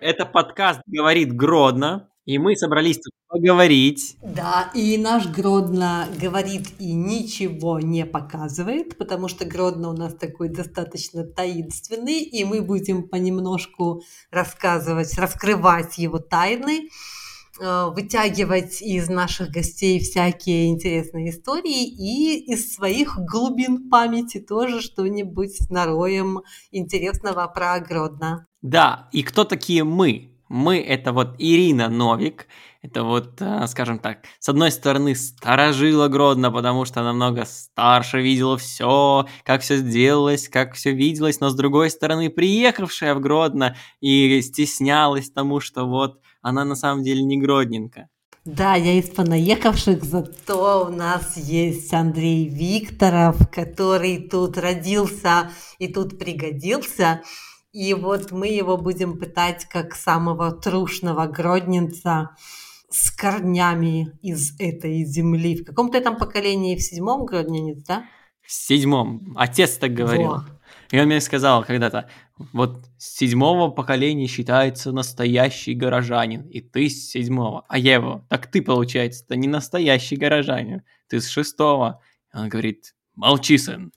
Это подкаст «Говорит Гродно», и мы собрались тут поговорить. Да, и наш Гродно говорит и ничего не показывает, потому что Гродно у нас такой достаточно таинственный, и мы будем понемножку рассказывать, раскрывать его тайны, вытягивать из наших гостей всякие интересные истории и из своих глубин памяти тоже что-нибудь нароем интересного про Гродно. Да, и кто такие мы? Мы – это вот Ирина Новик, это вот, скажем так, с одной стороны старожила Гродно, потому что она намного старше, видела все, как все делалось, как все виделось, но с другой стороны приехавшая в Гродно и стеснялась тому, что вот она на самом деле не гродненка. Да, я из понаехавших, зато у нас есть Андрей Викторов, который тут родился и тут пригодился. И вот мы его будем пытать как самого трушного гродненца с корнями из этой земли. В каком-то там поколении, в 7-м гродненец, да? В 7-м. Отец так говорил. Во. И он мне сказал когда-то, вот с 7-го поколения считается настоящий горожанин, и ты с 7-го. А я его, так ты, получается-то не настоящий горожанин, ты с 6-го. Он говорит, молчи, сын.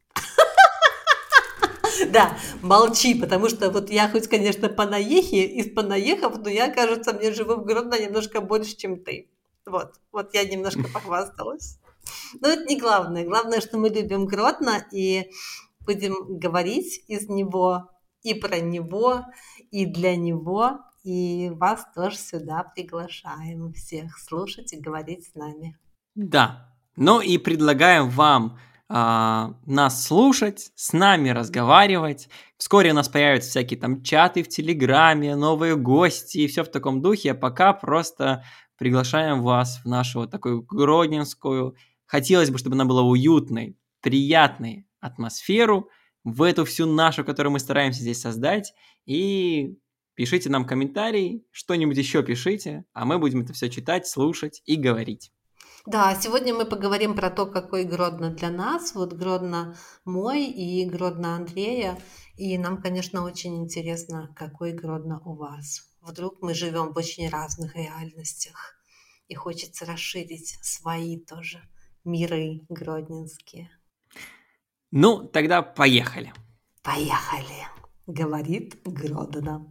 Да, молчи, потому что вот я хоть, конечно, из понаехав, но я, кажется, мне живу в Гродно немножко больше, чем ты. Вот я немножко похвасталась. Но это не главное. Главное, что мы любим Гродно и будем говорить из него и про него, и для него. И вас тоже сюда приглашаем всех слушать и говорить с нами. Да, ну и предлагаем вам нас слушать, с нами разговаривать. Вскоре у нас появятся всякие там чаты в Телеграме, новые гости и все в таком духе. А пока просто приглашаем вас в нашу вот такую гродненскую. Хотелось бы, чтобы она была уютной, приятной атмосферу, в эту всю нашу, которую мы стараемся здесь создать. И пишите нам комментарии, что-нибудь еще пишите, а мы будем это все читать, слушать и говорить. Да, сегодня мы поговорим про то, какой Гродно для нас. Вот Гродно мой и Гродно Андрея. И нам, конечно, очень интересно, какой Гродно у вас. Вдруг мы живем в очень разных реальностях. И хочется расширить свои тоже миры гродненские. Ну, тогда поехали. Поехали, говорит Гродно.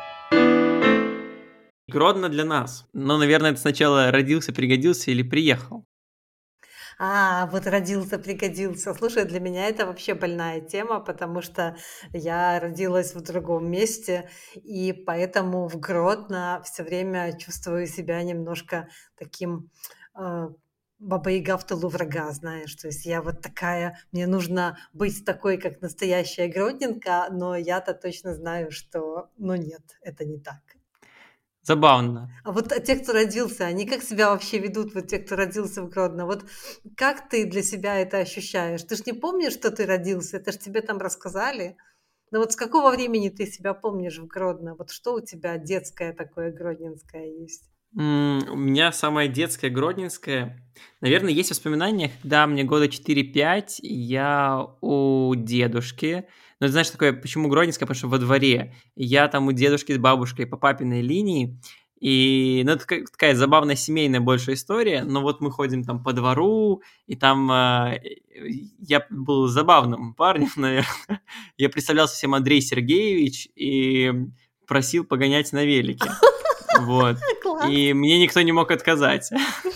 Гродно для нас. Но, наверное, это сначала родился, пригодился или приехал. Вот родился, пригодился. Слушай, для меня это вообще больная тема, потому что я родилась в другом месте, и поэтому в Гродно все время чувствую себя немножко таким баба-яга в тылу врага, знаешь. То есть я вот такая, мне нужно быть такой, как настоящая гродненка, но я-то точно знаю, что, ну нет, это не так. Забавно. А вот те, кто родился, они как себя вообще ведут, вот те, кто родился в Гродно? Вот как ты для себя это ощущаешь? Ты ж не помнишь, что ты родился? Это ж тебе там рассказали. Но вот с какого времени ты себя помнишь в Гродно? Вот что у тебя детское такое гродненское есть? У меня самое детское гродненское. Наверное, есть воспоминания, когда мне года 4-5, я у дедушки. Ну, ты знаешь, такое, почему гродненское? Потому что во дворе. Я там у дедушки с бабушкой по папиной линии. И, ну, это такая забавная семейная больше история. Но вот мы ходим там по двору, и там я был забавным парнем, наверное. Я представлялся всем Андрей Сергеевич и просил погонять на велике. Вот. Класс! И мне никто не мог отказать.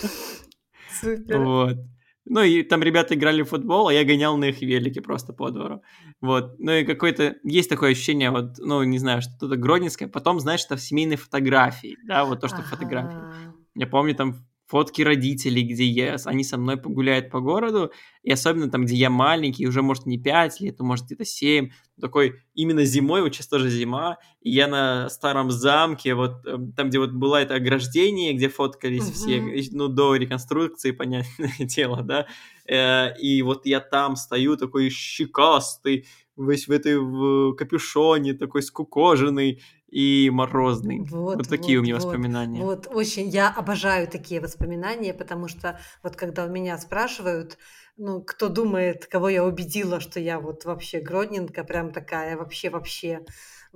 Супер! Вот. Ну и там ребята играли в футбол, а я гонял на их велике просто по двору. Вот. Ну и какое-то... Есть такое ощущение, вот, ну, не знаю, что-то гродненское. Потом, знаешь, это в семейной фотографии, да, вот то, что в фотографии. Ага. Я помню там фотки родителей, где они со мной погуляют по городу, и особенно там, где я маленький, уже, может, не 5 лет, ну, может, где-то 7, такой именно зимой, вот сейчас тоже зима, и я на старом замке, вот там, где вот было это ограждение, где фоткались все, ну, до реконструкции, понятное дело, да, и вот я там стою такой щекастый, весь в капюшоне, такой скукоженный и морозный. Вот такие у меня воспоминания. Вот, очень, я обожаю такие воспоминания, потому что вот когда у меня спрашивают, ну, кто думает, кого я убедила, что я вот вообще гродненка, прям такая вообще,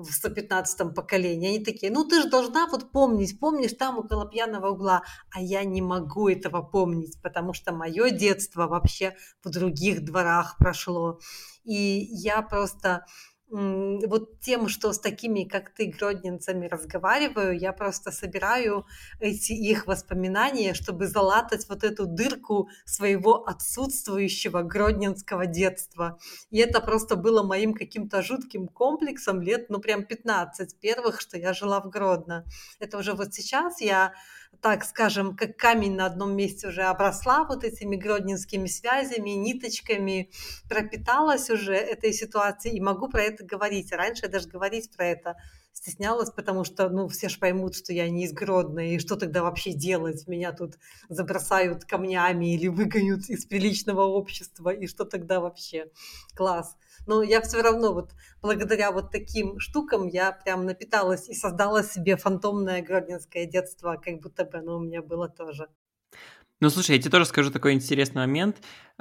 в 115-м поколении. Они такие, ну ты же должна вот помнить, помнишь там около пьяного угла, а я не могу этого помнить, потому что мое детство вообще в других дворах прошло. И я просто вот тем, что с такими, как ты, гродненцами разговариваю, я просто собираю эти их воспоминания, чтобы залатать вот эту дырку своего отсутствующего гродненского детства. И это просто было моим каким-то жутким комплексом лет, ну, прям 15 первых, что я жила в Гродно. Это уже вот сейчас я, так скажем, как камень на одном месте уже обросла вот этими гродненскими связями, ниточками, пропиталась уже этой ситуацией и могу про это говорить. Раньше я даже говорить про это стеснялась, потому что, ну, все ж поймут, что я не из Гродно, и что тогда вообще делать? Меня тут забросают камнями или выгонят из приличного общества, и что тогда вообще? Класс. Но я все равно вот благодаря вот таким штукам я прям напиталась и создала себе фантомное гродненское детство, как будто бы оно у меня было тоже. Ну, слушай, я тебе тоже скажу такой интересный момент.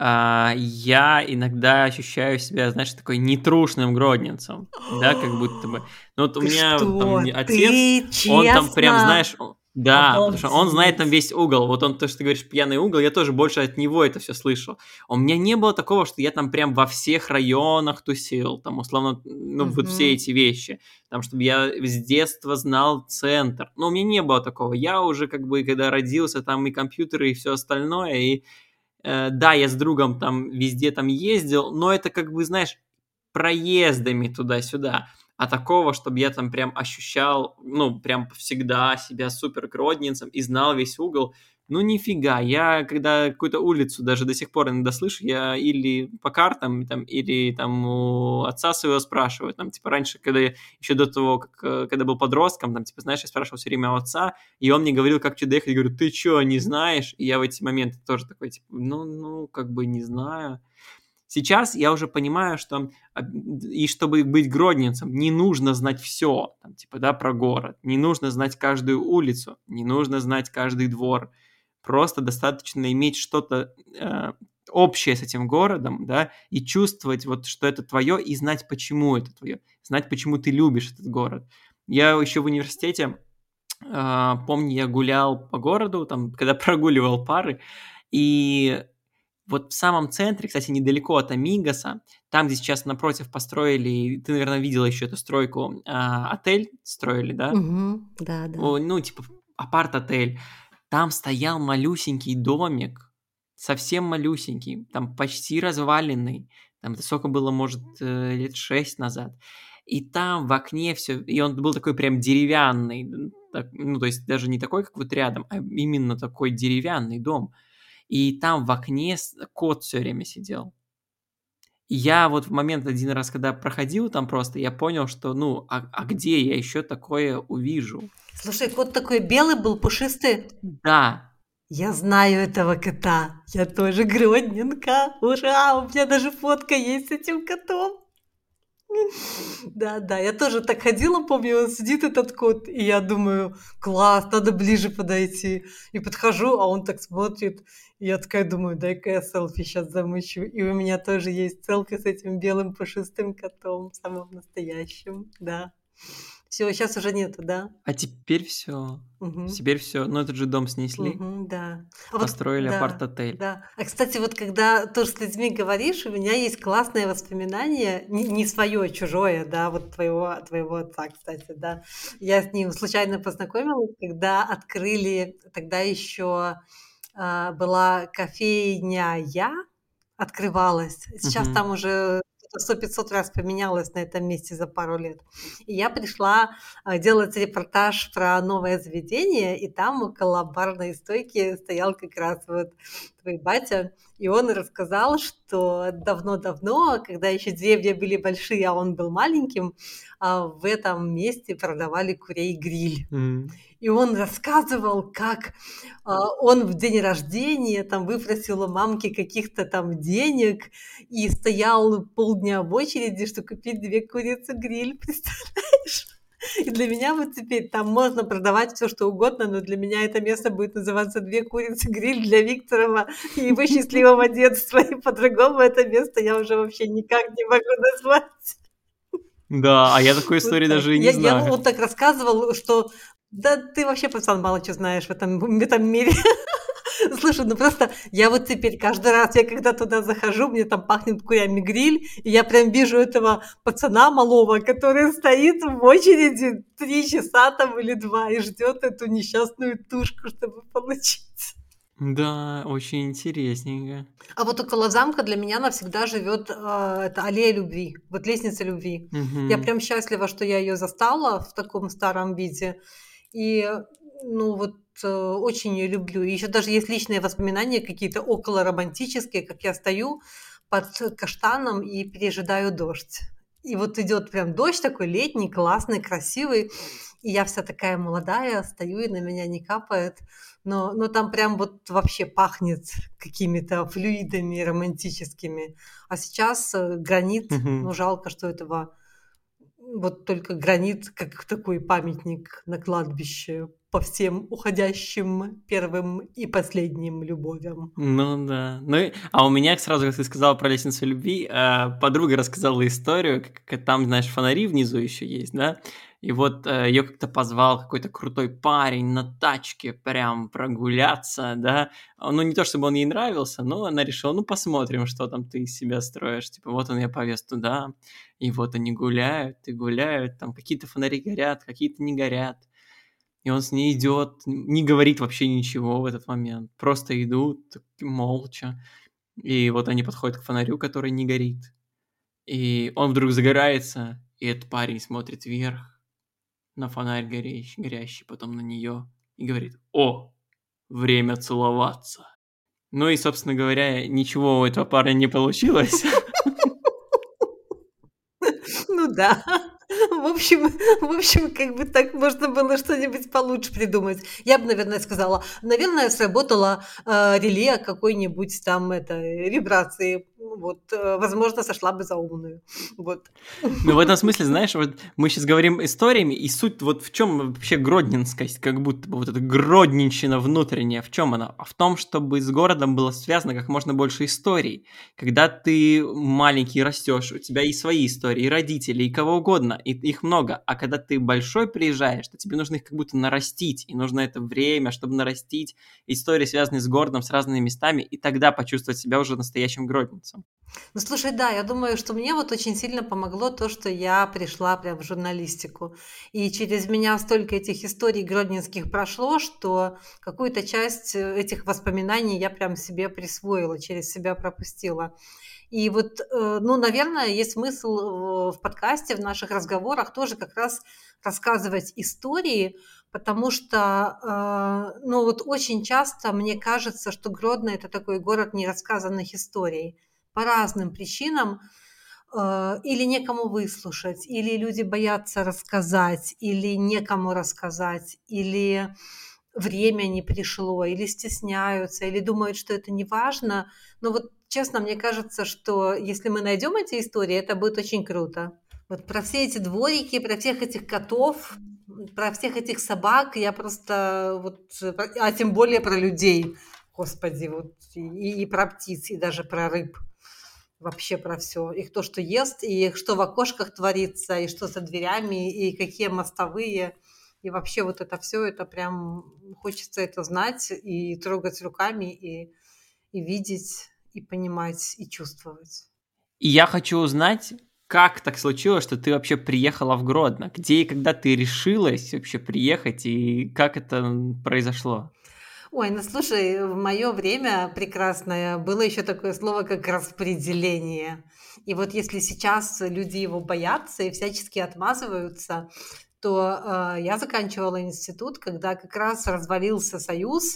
Я иногда ощущаю себя, знаешь, такой нетрушным гродненцем, да, как будто бы. Ну, вот у Ты меня там что? отец, Ты он там прям, честно? знаешь, да, потому что он знает там Обалдеть. весь угол. Вот он, то, что ты говоришь, пьяный угол, я тоже больше от него это все слышал. У меня не было такого, что я там прям во всех районах тусил, там, условно, ну, вот все Мгм. эти вещи. Там, чтобы я с детства знал центр. Но у меня не было такого. Я уже, как бы, когда родился, там и компьютеры, и все остальное, и да, я с другом там везде там ездил, но это, как бы, знаешь, проездами туда-сюда. А такого, чтобы я там прям ощущал, ну, прям всегда себя супер гродненцем и знал весь угол, ну, нифига. Я, когда какую-то улицу даже до сих пор иногда слышу, я или по картам, там, или там у отца своего спрашиваю. Там, типа, раньше, когда я, еще до того, как, когда был подростком, там, типа, знаешь, я спрашивал все время у отца, и он мне говорил, как что доехать. Я говорю, ты что, не знаешь? И я в эти моменты тоже такой, типа, ну, как бы не знаю. Сейчас я уже понимаю, что и чтобы быть гродненцем, не нужно знать все, там, типа, да, про город, не нужно знать каждую улицу, не нужно знать каждый двор. Просто достаточно иметь что-то общее с этим городом, да, и чувствовать вот, что это твое, и знать, почему это твое, знать, почему ты любишь этот город. Я еще в университете помню, я гулял по городу, там, когда прогуливал пары, и вот в самом центре, кстати, недалеко от Амигоса, там, где сейчас напротив построили, ты, наверное, видела еще эту стройку, отель строили, да? Мгм. Да, да. Ну, типа апарт-отель. Там стоял малюсенький домик, совсем малюсенький, там почти разваленный. Там это сколько было, может, лет 6 назад. И там в окне все, и он был такой прям деревянный, ну, то есть даже не такой, как вот рядом, а именно такой деревянный дом. И там в окне кот все время сидел. И я вот в момент один раз, когда проходил там просто, я понял, что, ну, а где я еще такое увижу? Слушай, кот такой белый был, пушистый. Да, Я знаю этого кота. Я тоже гродненка. Ура! У меня даже фотка есть с этим котом. Да, да, я тоже так ходила, помню, он сидит, этот кот, и я думаю, класс, надо ближе подойти. И подхожу, а он так смотрит, и я такая думаю, дай-ка я селфи сейчас замучу. И у меня тоже есть селфи с этим белым пушистым котом, самым настоящим, да. Все, сейчас уже нету, да? а теперь все, Мгм. теперь все. Ну, этот же дом снесли, Мгм, да. А вот построили да, апарт-отель. да. А, кстати, вот когда тоже с людьми говоришь, у меня есть классное воспоминание, не свое, чужое, да, вот твоего отца, кстати, да. Я с ним случайно познакомилась, когда открыли, тогда еще была кофейня «Я», открывалась. Сейчас Мгм. там уже 100-500 раз поменялось на этом месте за пару лет. И я пришла делать репортаж про новое заведение, и там около барной стойки стоял как раз вот твой батя, и он рассказал, что давно-давно, когда еще деревья были большие, а он был маленьким, в этом месте продавали курей-гриль. М. И он рассказывал, как он в день рождения там выпросил у мамки каких-то там денег и стоял полдня в очереди, чтобы купить 2 курицы гриль, представляешь? И для меня вот теперь там можно продавать все что угодно, но для меня это место будет называться «2 курицы гриль» для Викторова и его счастливого детства. И по-другому это место я уже вообще никак не могу назвать. Да, а я такой Вот истории так. даже и не Я знаю. вот так рассказывал, что да ты вообще, пацан, мало чё знаешь в этом мире. Слушай, ну просто я вот теперь каждый раз, я когда туда захожу, мне там пахнет курями гриль, и я прям вижу этого пацана малого, который стоит в очереди 3 часа там или 2 и ждет эту несчастную тушку, чтобы получить. Да, очень интересненько. А вот около замка для меня навсегда живет это аллея любви, вот лестница любви. Я Мгм. прям счастлива, что я ее застала в таком старом виде. И, ну вот, очень ее люблю. И еще даже есть личные воспоминания какие-то около романтические, как я стою под каштаном и пережидаю дождь. И вот идет прям дождь такой летний, классный, красивый. И я вся такая молодая, стою, и на меня не капает. Но там прям вот вообще пахнет какими-то флюидами романтическими. А сейчас, гранит, Мгм. ну, жалко, что этого вот только гранит, как такой памятник на кладбище по всем уходящим первым и последним любовям. Ну да. Ну, а у меня сразу, как ты сказала про лестницу любви, подруга рассказала историю, как там, знаешь, фонари внизу еще есть, да? И вот ее как-то позвал какой-то крутой парень на тачке прям прогуляться, да? Ну, не то чтобы он ей нравился, но она решила, ну, посмотрим, что там ты из себя строишь. Типа, вот он я повез туда, и вот они гуляют и гуляют, там какие-то фонари горят, какие-то не горят. И он с ней идет, не говорит вообще ничего в этот момент. Просто идут так молча. И вот они подходят к фонарю, который не горит. И он вдруг загорается, и этот парень смотрит вверх на фонарь горящий, потом на нее, и говорит: «О, время целоваться». Ну и, собственно говоря, ничего у этого парня не получилось. Ну да. В общем, как бы так можно было что-нибудь получше придумать. Я бы, наверное, сказала, наверное, сработало, реле какой-нибудь там, вибрации. Вот, возможно, сошла бы за умную. Вот. Ну, в этом смысле, знаешь, вот мы сейчас говорим историями, и суть вот в чем вообще гродненскость, как будто бы вот эта гродненщина внутренняя, в чем она? А в том, чтобы с городом было связано как можно больше историй. Когда ты маленький растешь, у тебя и свои истории, и родители, и кого угодно, и их много. А когда ты большой приезжаешь, то тебе нужно их как будто нарастить, и нужно это время, чтобы нарастить истории, связанные с городом, с разными местами, и тогда почувствовать себя уже настоящим гродненцем. Ну, слушай, да, я думаю, что мне вот очень сильно помогло то, что я пришла прям в журналистику. И через меня столько этих историй гродненских прошло, что какую-то часть этих воспоминаний я прям себе присвоила, через себя пропустила. И вот, ну, наверное, есть смысл в подкасте, в наших разговорах тоже как раз рассказывать истории, потому что, ну, вот очень часто мне кажется, что Гродно – это такой город нерассказанных историй по разным причинам. Или некому выслушать, или люди боятся рассказать, или некому рассказать, или время не пришло, или стесняются, или думают, что это не важно. Но вот честно, мне кажется, что если мы найдем эти истории, это будет очень круто. Вот про все эти дворики, про всех этих котов, про всех этих собак, я просто вот, а тем более про людей, господи, вот и про птиц, и даже про рыб. Вообще про все. И кто что ест, и что в окошках творится, и что за дверями, и какие мостовые. И вообще вот это все, это прям хочется это знать и трогать руками, и видеть, и понимать, и чувствовать. И я хочу узнать, как так случилось, что ты вообще приехала в Гродно? Где и когда ты решилась вообще приехать, и как это произошло? Ой, ну слушай, в мое время прекрасное было еще такое слово, как распределение. И вот если сейчас люди его боятся и всячески отмазываются, то я заканчивала институт, когда как раз развалился Союз,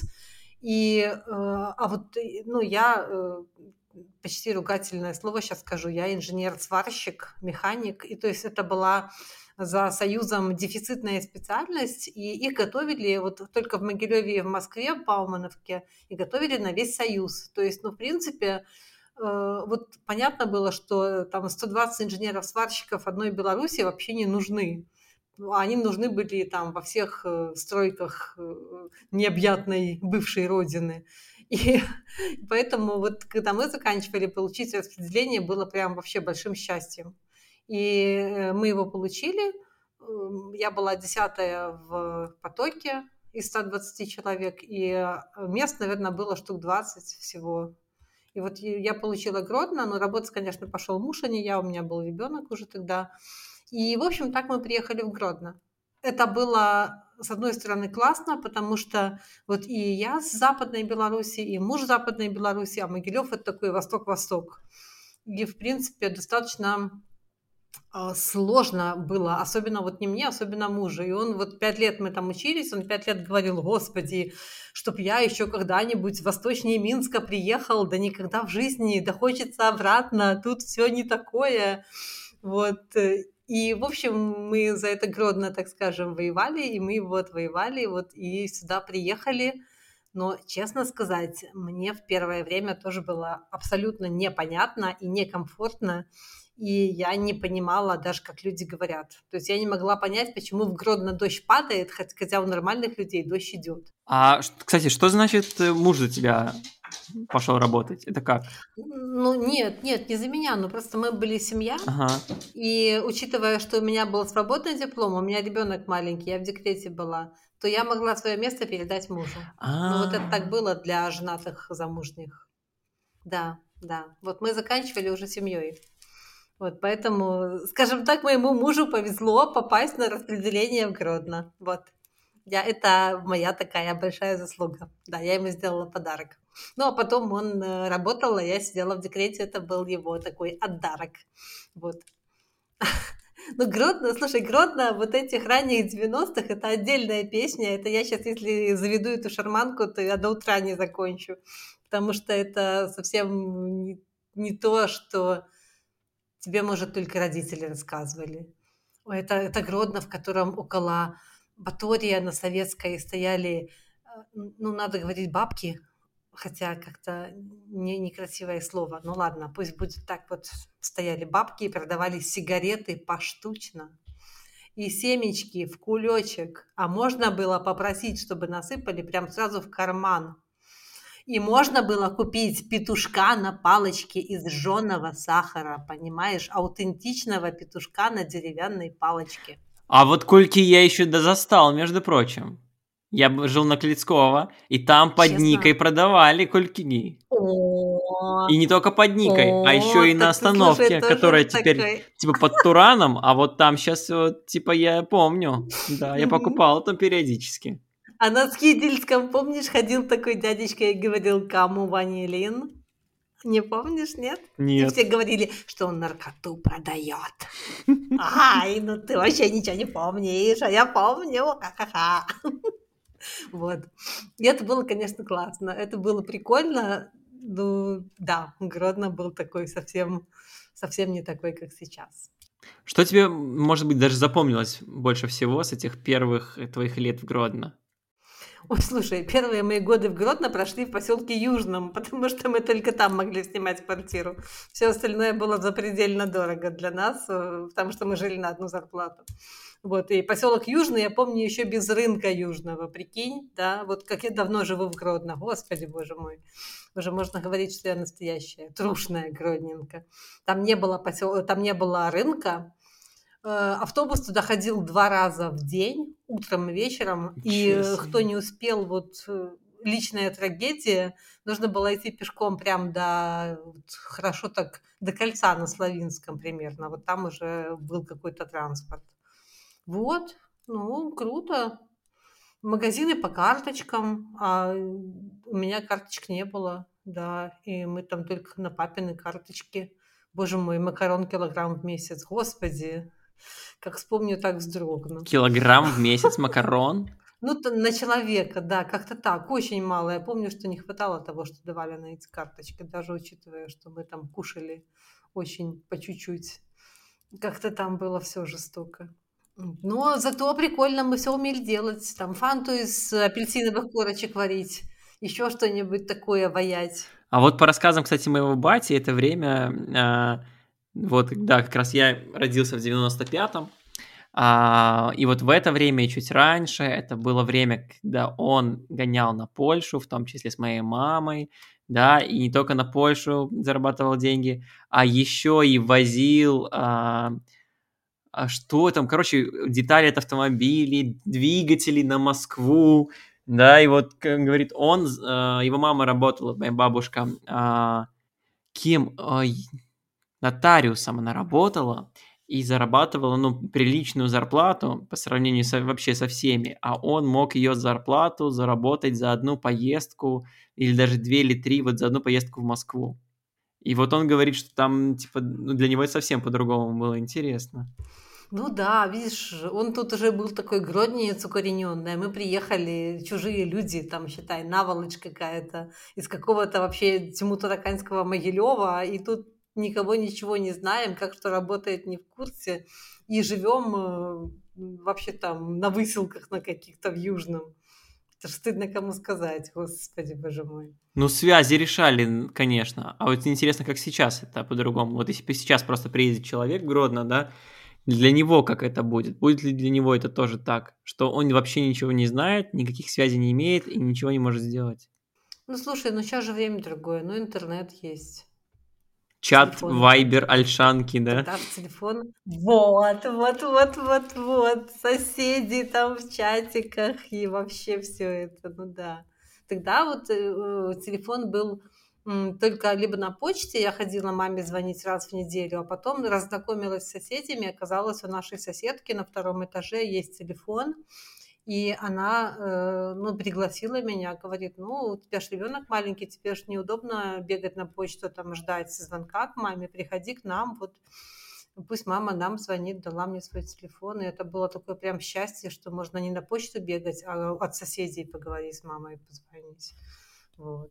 ну, я почти ругательное слово сейчас скажу, я инженер-сварщик, механик, и то есть это была за Союзом дефицитная специальность, и их готовили вот только в Могилеве и в Москве, в Баумановке, и готовили на весь Союз. То есть, ну, в принципе, вот понятно было, что там 120 инженеров-сварщиков одной Беларуси вообще не нужны. Они нужны были там во всех стройках необъятной бывшей родины. И поэтому вот когда мы заканчивали, получить распределение было прям вообще большим счастьем. И мы его получили. Я была 10-я в потоке из 120 человек, и мест, наверное, было штук 20 всего. И вот я получила Гродно, но работать, конечно, пошел муж, а не я, у меня был ребенок уже тогда. И, в общем, так мы приехали в Гродно. Это было, с одной стороны, классно, потому что вот и я с Западной Беларуси, и муж с Западной Беларуси, а Могилев – это такой восток-восток. И, в принципе, достаточно сложно было, особенно вот не мне, особенно мужу. И он вот 5 лет мы там учились, он 5 лет говорил: господи, чтоб я еще когда-нибудь восточнее Минска приехал, да никогда в жизни, да хочется обратно, тут все не такое. Вот. И, в общем, мы за это Гродно, так скажем, воевали, и мы его отвоевали, вот, и сюда приехали. Но, честно сказать, мне в первое время тоже было абсолютно непонятно и некомфортно, и я не понимала даже, как люди говорят. То есть я не могла понять, почему в Гродно дождь падает, хотя у нормальных людей дождь идет. Кстати, что значит муж за тебя пошел работать? Это как? Ну, нет, не за меня, ну просто мы были семья, Ага. и учитывая, что у меня был свободный диплом, у меня ребенок маленький, я в декрете была, то я могла свое место передать мужу. Ну вот это так было для женатых замужних. Да, да. Вот мы заканчивали уже семьей. Вот поэтому, скажем так, моему мужу повезло попасть на распределение в Гродно. Вот. Это моя такая большая заслуга. Да, я ему сделала подарок. Ну, а потом он работал, а я сидела в декрете. Это был его такой отдарок. Вот. Ну, Гродно, слушай, Гродно вот этих ранних 90-х, это отдельная песня. Это я сейчас, если заведу эту шарманку, то я до утра не закончу. Потому что это совсем не то, что тебе, может, только родители рассказывали. Это Гродно, в котором около Батория на Советской стояли, ну, надо говорить, бабки, хотя как-то некрасивое слово. Ну ладно, пусть будет так. Вот стояли бабки и продавали сигареты поштучно. И семечки в кулечек. А можно было попросить, чтобы насыпали прям сразу в карман. И можно было купить петушка на палочке из жженого сахара, понимаешь? Аутентичного петушка на деревянной палочке. А вот кульки я еще застал, между прочим. Я жил на Клицкого, и там под Честно? Никой продавали кульки. О, И не только под Никой, а еще и на так ты, слушай, остановке, тоже которая вот теперь такой. типа под Тураном, а вот там сейчас вот, типа я помню. Да, я Мгм. покупал там периодически. А на Скидельском, помнишь, ходил такой дядечка и говорил: кому ванилин? Не помнишь, нет? И Нет. все говорили, что он наркоту продает. Ай, ну ты вообще ничего не помнишь, а я помню. Ха-ха-ха. Вот. И это было, конечно, классно. Это было прикольно. Ну, да, Гродно был такой совсем не такой, как сейчас. Что тебе, может быть, даже запомнилось больше всего с этих первых твоих лет в Гродно? Ой, слушай, первые мои годы в Гродно прошли в поселке Южном, потому что мы только там могли снимать квартиру. Все остальное было запредельно дорого для нас, потому что мы жили на одну зарплату. Вот, и поселок Южный, я помню, еще без рынка Южного, прикинь, да, вот как я давно живу в Гродно, господи, боже мой, уже можно говорить, что я настоящая, трушная гродненка. Там не было рынка, автобус туда ходил 2 раза в день, утром и вечером, и Ничего кто себе. не успел, вот личная трагедия, нужно было идти пешком прям хорошо так, до кольца на Славинском примерно, вот там уже был какой-то транспорт. Вот, ну, круто. Магазины по карточкам, а у меня карточек не было, да, и мы там только на папины карточки. Боже мой, макарон килограмм в месяц, господи, как вспомню, так вздрогну. Килограмм в месяц макарон? Ну, на человека, да, как-то так, очень мало. Я помню, что не хватало того, что давали на эти карточки, даже учитывая, что мы там кушали очень по чуть-чуть. Как-то там было все жестоко. Но зато прикольно, мы все умели делать. Там фанту из апельсиновых корочек варить, еще что-нибудь такое ваять. А вот по рассказам, кстати, моего бати, это время, вот, да, как раз я родился в 95-м, и вот в это время и чуть раньше, это было время, когда он гонял на Польшу, в том числе с моей мамой, да, и не только на Польшу зарабатывал деньги, а еще и возил что там, короче, детали от автомобилей, двигателей на Москву, да, и вот, как говорит, его мама работала, моя бабушка, кем? Нотариусом она работала и зарабатывала, ну, приличную зарплату по сравнению вообще со всеми, а он мог ее зарплату заработать за одну поездку или даже 2 или 3 вот за одну поездку в Москву. И вот он говорит, что там, типа, ну, для него это совсем по-другому было интересно. Ну да, видишь, он тут уже был такой гроднец укорененный, а мы приехали, чужие люди, там, считай, наволочь какая-то, из какого-то вообще тьму-тараканского Могилева, и тут никого ничего не знаем, как что работает, не в курсе, и живем вообще там на выселках на каких-то в Южном. Это ж стыдно кому сказать, господи, боже мой. Ну, связи решали, конечно. А вот интересно, как сейчас это по-другому. Вот если бы сейчас просто приедет человек в Гродно, да, для него как это будет? Будет ли для него это тоже так, что он вообще ничего не знает, никаких связей не имеет и ничего не может сделать? Ну слушай, ну сейчас же время другое, ну интернет есть. Чат, Телефоны Вайбер, такие. Альшанки, да? Тогда в телефон вот, соседи там в чатиках и вообще все это, ну да. Тогда вот, телефон был, только либо на почте, я ходила маме звонить раз в неделю, а потом разнакомилась с соседями. Оказалось, у нашей соседки на втором этаже есть телефон, и она, ну, пригласила меня, говорит: "Ну, у тебя ж ребенок маленький, тебе ж неудобно бегать на почту, там, ждать звонка к маме, приходи к нам, вот пусть мама нам звонит". Дала мне свой телефон, и это было такое прям счастье, что можно не на почту бегать, а от соседей поговорить с мамой, позвонить. Вот.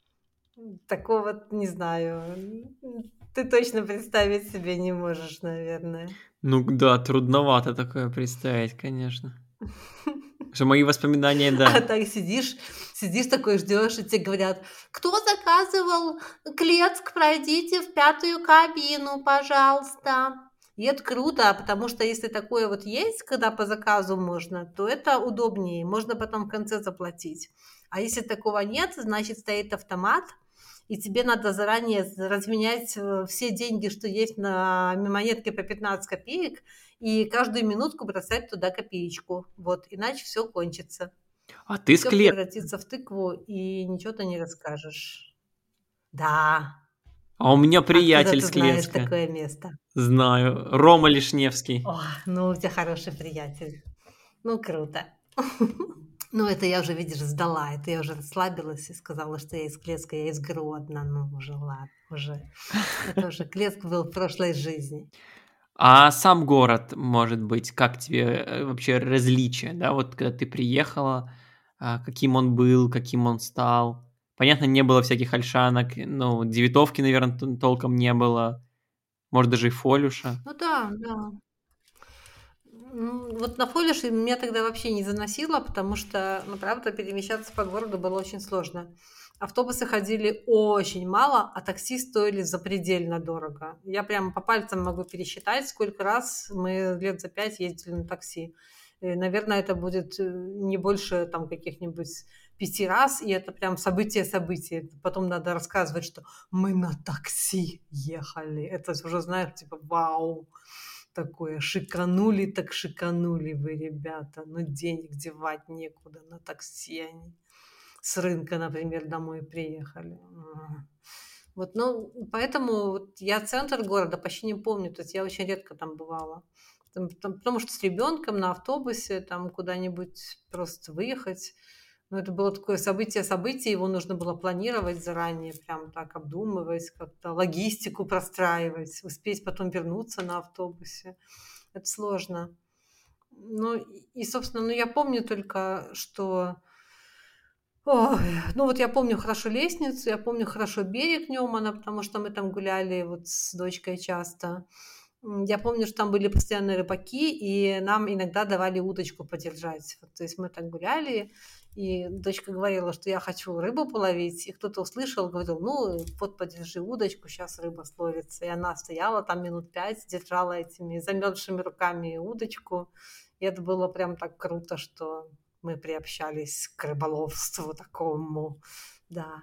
Такого, не знаю, ты точно представить себе не можешь, наверное. Ну да, трудновато такое представить, конечно. Что мои воспоминания, А да. так сидишь такой, ждешь, и тебе говорят: "Кто заказывал клецк, пройдите в 5-ю кабину, пожалуйста". И это круто, потому что если такое вот есть, когда по заказу можно, то это удобнее, можно потом в конце заплатить. А если такого нет, значит, стоит автомат, и тебе надо заранее разменять, все деньги, что есть на монетке по 15 копеек, и каждую минутку бросать туда копеечку. Вот, иначе все кончится. А ты с Все Кле... превратится в тыкву, и ничего ты не расскажешь. Да. А у меня Откуда приятель ты с знаешь Клецка. такое место? Знаю. Рома Лишневский. О, ну у тебя хороший приятель. Ну, круто. Ну, это я уже, видишь, сдала. Это я уже расслабилась и сказала, что я из Клецка, я из Гродно. Ну, уже ладно, уже. Это уже Клецк был в прошлой жизни. А сам город, может быть, как тебе вообще различия, да, вот когда ты приехала, каким он был, каким он стал? Понятно, не было всяких ольшанок, ну, Девятовки, наверное, толком не было, может, даже и Фолюша. Ну да, да. Вот на Фолише меня тогда вообще не заносило, потому что, ну, правда, перемещаться по городу было очень сложно. Автобусы ходили очень мало, а такси стоили запредельно дорого. Я прямо по пальцам могу пересчитать, сколько раз мы лет за 5 ездили на такси. И, наверное, это будет не больше там каких-нибудь 5 раз, и это прям событие. Потом надо рассказывать, что мы на такси ехали. Это уже, знаешь, типа вау. Такое, шиканули так шиканули вы, ребята. Ну, денег девать некуда, на такси они с рынка, например, домой приехали. Вот, ну, поэтому вот я центр города почти не помню, то есть я очень редко там бывала. Потому что с ребенком на автобусе там куда-нибудь просто выехать, ну, это было такое событие, его нужно было планировать заранее, прям так обдумывать, как-то логистику простраивать, успеть потом вернуться на автобусе. Это сложно. Ну, и, собственно, ну, я помню только, что... Ой, ну, вот я помню хорошо лестницу, я помню хорошо берег Нёмана, потому что мы там гуляли вот с дочкой часто. Я помню, что там были постоянно рыбаки, и нам иногда давали удочку подержать. Вот, то есть мы так гуляли, и дочка говорила, что я хочу рыбу половить, и кто-то услышал, говорил: "Ну, вот подержи удочку, сейчас рыба словится". И она стояла там минут 5, держала этими замерзшими руками удочку. И это было прям так круто, что мы приобщались к рыболовству такому, да.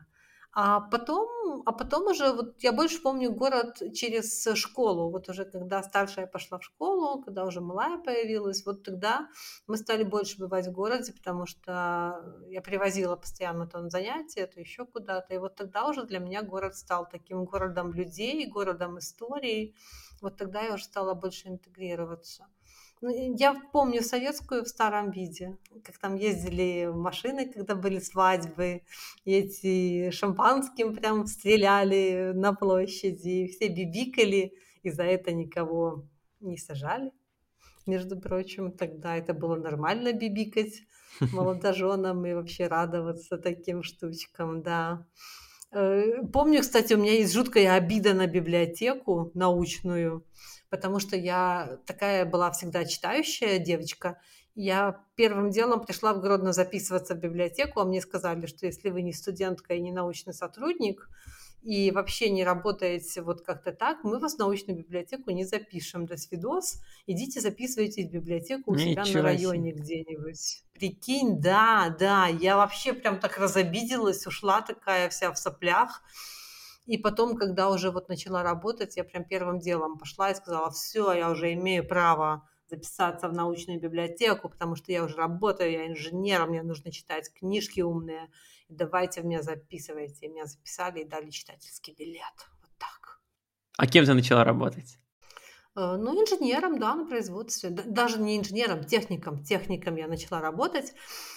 А потом уже вот я больше помню город через школу. Вот уже когда старшая пошла в школу, когда уже малая появилась, вот тогда мы стали больше бывать в городе, потому что я привозила постоянно то на занятия, то еще куда-то. И вот тогда уже для меня город стал таким городом людей, городом истории. Вот тогда я уже стала больше интегрироваться. Ну, и я помню советскую в старом виде, как там ездили машины, когда были свадьбы, и эти шампанским прям стреляли на площади, и все бибикали, и за это никого не сажали. Между прочим, тогда это было нормально бибикать молодоженам и вообще радоваться таким штучкам, да. Помню, кстати, у меня есть жуткая обида на библиотеку научную, потому что я такая была всегда читающая девочка. Я первым делом пришла в Гродно записываться в библиотеку, а мне сказали, что если вы не студентка и не научный сотрудник, и вообще не работаете вот как-то так, мы вас в научную библиотеку не запишем. До свидос. Идите записывайтесь в библиотеку у себя на Ничего себе. районе где-нибудь. Прикинь, да, да, я вообще прям так разобиделась, ушла такая вся в соплях. И потом, когда уже вот начала работать, я прям первым делом пошла и сказала, все, я уже имею право записаться в научную библиотеку, потому что я уже работаю, я инженер, мне нужно читать книжки умные. Давайте меня записывайте. И меня записали и дали читательский билет. Вот так. А кем ты начала работать? Ну, инженером, да, на производстве. Даже не инженером, техником. Техником я начала работать.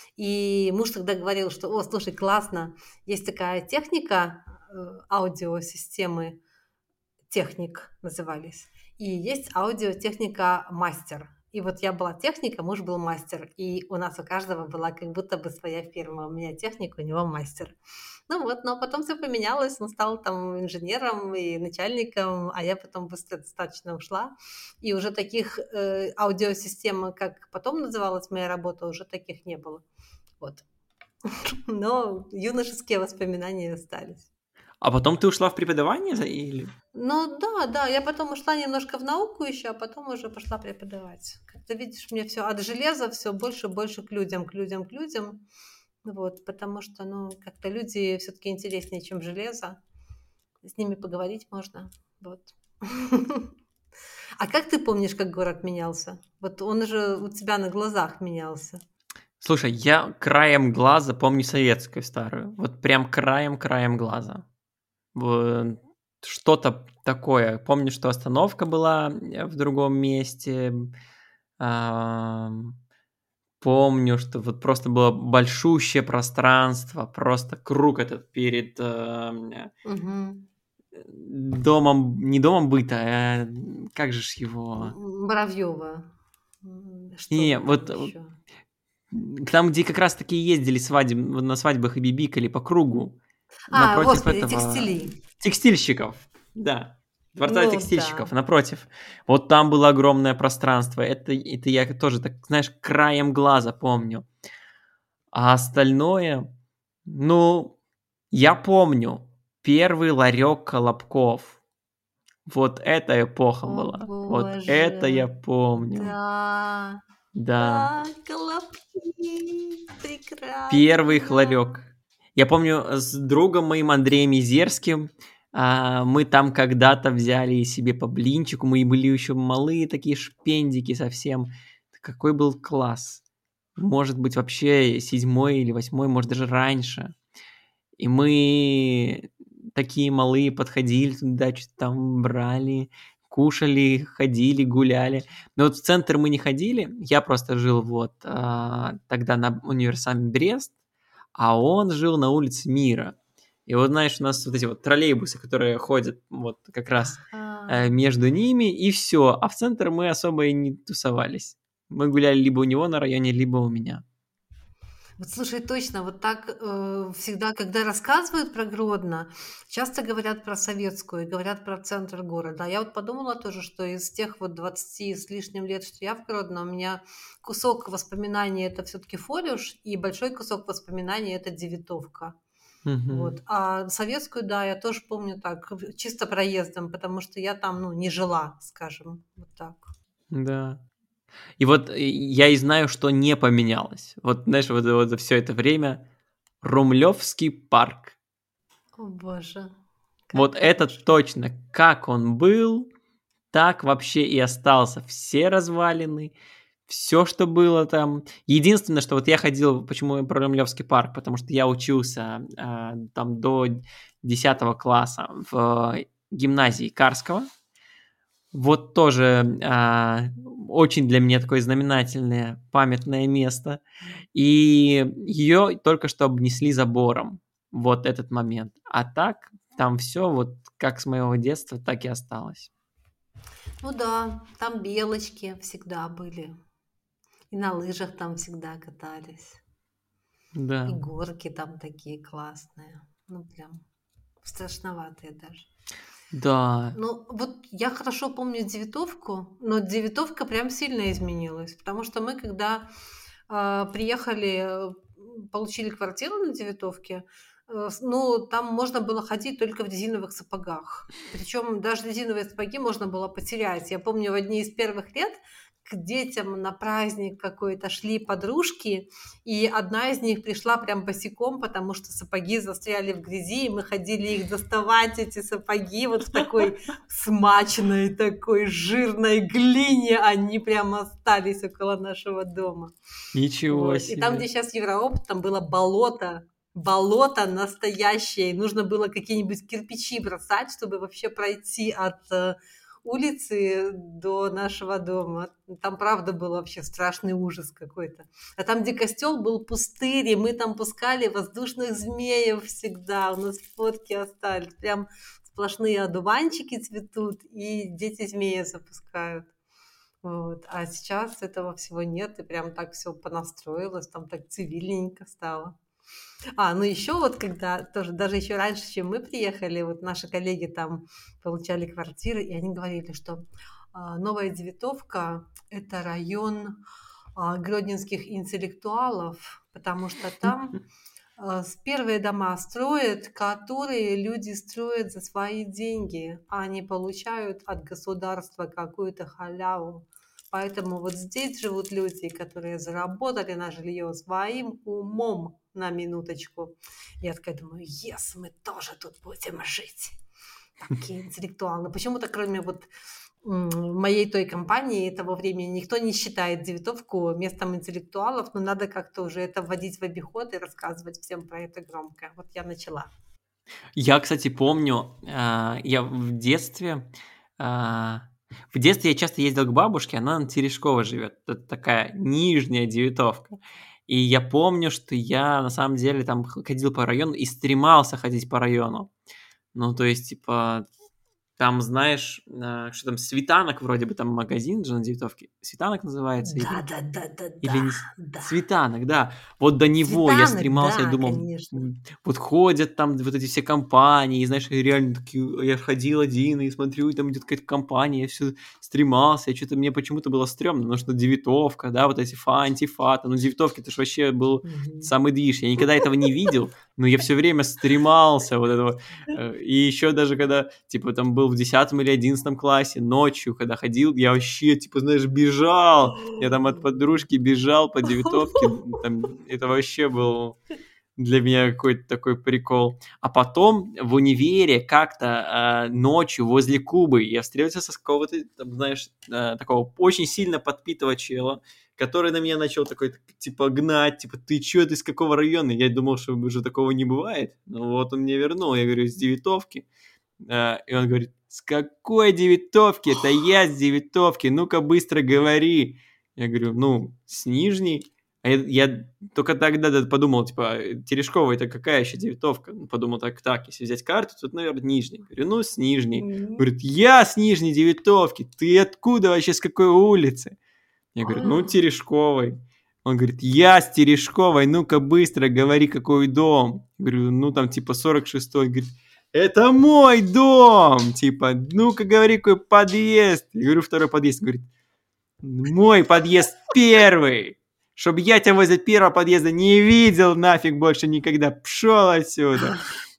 И муж тогда говорил, что, о, слушай, классно, есть такая техника, аудиосистемы, техник назывались. И есть аудиотехника мастер. И вот я была техника, муж был мастер. И у нас у каждого была как будто бы своя фирма. У меня техник, у него мастер. Ну вот, но потом все поменялось. Он стал там инженером и начальником, а я потом быстро достаточно ушла. И уже таких аудиосистем, как потом называлась моя работа, уже таких не было. Вот. Но юношеские воспоминания остались. А потом ты ушла в преподавание или? Ну да, да, я потом ушла немножко в науку еще, а потом уже пошла преподавать. Как ты видишь, мне все от железа все больше и больше к людям, к людям, к людям. Вот, потому что, ну, как-то люди все-таки интереснее, чем железо. С ними поговорить можно. Вот. А как ты помнишь, как город менялся? Вот он же у тебя на глазах менялся. Слушай, я краем глаза помню советскую старую. Вот прям краем глаза. Вот что-то такое. Помню, что остановка была в другом месте. Ам, Помню, что вот просто было большущее пространство, просто круг этот перед Угу. домом, не домом быта, а как же ж его... Воробьева. Что Не, там вот еще? там, где как раз-таки ездили на свадьбах и бибикали по кругу, А, напротив господи, этого текстили. текстильщиков, да, дворца Ну текстильщиков, да. напротив. Вот там было огромное пространство. Это я тоже, так, знаешь, краем глаза помню. А остальное, ну, я помню первый ларек Колобков. Вот эта эпоха О была. Вот это боже, я помню. да, Да. да, колобки, Первый их прекрасно. ларек. Я помню, с другом моим Андреем Изерским мы там когда-то взяли себе по блинчику. Мы были еще малые такие шпендики совсем. Какой был класс. Может быть, вообще 7 или 8, может, даже раньше. И мы такие малые подходили туда, что-то там брали, кушали, ходили, гуляли. Но вот в центр мы не ходили. Я просто жил вот тогда на универсаме Брест, а он жил на улице Мира. И вот, знаешь, у нас вот эти вот троллейбусы, которые ходят вот как раз Ага. между ними, и все. А в центр мы особо и не тусовались. Мы гуляли либо у него на районе, либо у меня. Вот слушай, точно, вот так всегда, когда рассказывают про Гродно, часто говорят про советскую и говорят про центр города. А я вот подумала тоже, что из тех вот 20 с лишним лет, что я в Гродно, у меня кусок воспоминаний это все-таки Форюш, и большой кусок воспоминаний это Девятовка. Мгм. Вот. А советскую, да, я тоже помню так, чисто проездом, потому что я там, ну, не жила, скажем, вот так. Да. И вот я и знаю, что не поменялось. Вот, знаешь, вот за все это время Румлевский парк. О боже, Вот как это хорошо. точно, как он был, так вообще и остался. Все развалины, все, что было там. Единственное, что вот я ходил, почему я про Румлёвский парк, потому что я учился там до 10 класса в гимназии Карского. Вот тоже очень для меня такое знаменательное, памятное место. И ее только что обнесли забором. Вот этот момент. А так, там все вот как с моего детства, так и осталось. Ну да, там белочки всегда были. И на лыжах там всегда катались. И Да. горки там такие классные. Ну, прям страшноватые даже. Да. Ну, вот я хорошо помню Девятовку, но Девятовка прям сильно изменилась, потому что мы, когда приехали, получили квартиру на Девятовке, ну, там можно было ходить только в резиновых сапогах. Причем даже резиновые сапоги можно было потерять. Я помню, в одни из первых лет к детям на праздник какой-то шли подружки, и одна из них пришла прям босиком, потому что сапоги застряли в грязи, и мы ходили их доставать, эти сапоги, вот в такой смачной, такой жирной глине они прям остались около нашего дома. Ничего Вот. И там, себе. где сейчас Евроопт, там было болото, болото настоящее. И нужно было какие-нибудь кирпичи бросать, чтобы вообще пройти от улицы до нашего дома. Там, правда, был вообще страшный ужас какой-то. А там, где костел, был пустырь, и мы там пускали воздушных змеев всегда. У нас фотки остались. Прям сплошные одуванчики цветут, и дети змея запускают. Вот. А сейчас этого всего нет, и прям так все понастроилось, там так цивильненько стало. Ну еще вот когда, тоже даже еще раньше, чем мы приехали, вот наши коллеги там получали квартиры, и они говорили, что Новая Девятовка – это район гродненских интеллектуалов, потому что там с первые дома строят, которые люди строят за свои деньги, а они получают от государства какую-то халяву. Поэтому вот здесь живут люди, которые заработали на жилье своим умом, на минуточку. Я такая думаю, ес, мы тоже тут будем жить. Такие интеллектуалы. Почему-то кроме вот моей той компании того времени никто не считает Девятовку местом интеллектуалов, но надо как-то уже это вводить в обиход и рассказывать всем про это громко. Вот я начала. Я, кстати, помню, я в детстве я часто ездил к бабушке, она на Терешково живет. Это такая нижняя Девятовка. И я помню, что я на самом деле там ходил по району и стремался ходить по району. Ну, то есть, типа, там, знаешь, что там, Светанок вроде бы, там магазин же на Девятовке. Светанок называется Да, или... да, да, да, Или да, не да. Светанок, да. Вот до него я Светанок, стремался, я да, думал, конечно. вот ходят там вот эти все компании, и знаешь, и реально такие, я ходил один и смотрю, и там идет какая-то компания, я все стремался, и что-то мне почему-то было стрёмно, потому что Девятовка, да, вот эти антифата, ну Девятовки, это же вообще был Мгм. самый движ, я никогда этого не видел, но я все время стремался вот этого, и еще даже когда, типа, там был в 10 или 11 классе, ночью, когда ходил, я вообще, типа, знаешь, бежал, я там от подружки бежал по Девятовке, там, это вообще был для меня какой-то такой прикол. А потом в универе как-то ночью возле Кубы я встретился со какого-то, там, знаешь, такого очень сильно подпитого чела, который на меня начал такой, типа, гнать, типа, ты чё, ты с какого района? Я думал, что уже такого не бывает. Ну вот он мне вернул, я говорю, с Девятовки. И он говорит, с какой Девятовки? Это я с Девятовки, ну-ка быстро говори. Я говорю, ну, с Нижней. А я только тогда подумал, типа, Терешкова это какая еще Девятовка? Ну, подумал, так, если взять карту, то, наверное, Нижний. Говорю, ну, с Нижней. Мгм. Говорит, я с Нижней Девятовки. Ты откуда вообще, с какой улицы? Я говорю, ну, Терешковой. Он говорит, я с Терешковой, ну-ка быстро говори, какой дом. Я говорю, ну, там, типа, 46-й. Говорит, это мой дом! Типа, ну-ка говори, какой подъезд. Я говорю, второй подъезд. Говорит, мой подъезд первый! Чтоб я тебя возле первого подъезда не видел нафиг больше никогда. Пшел отсюда.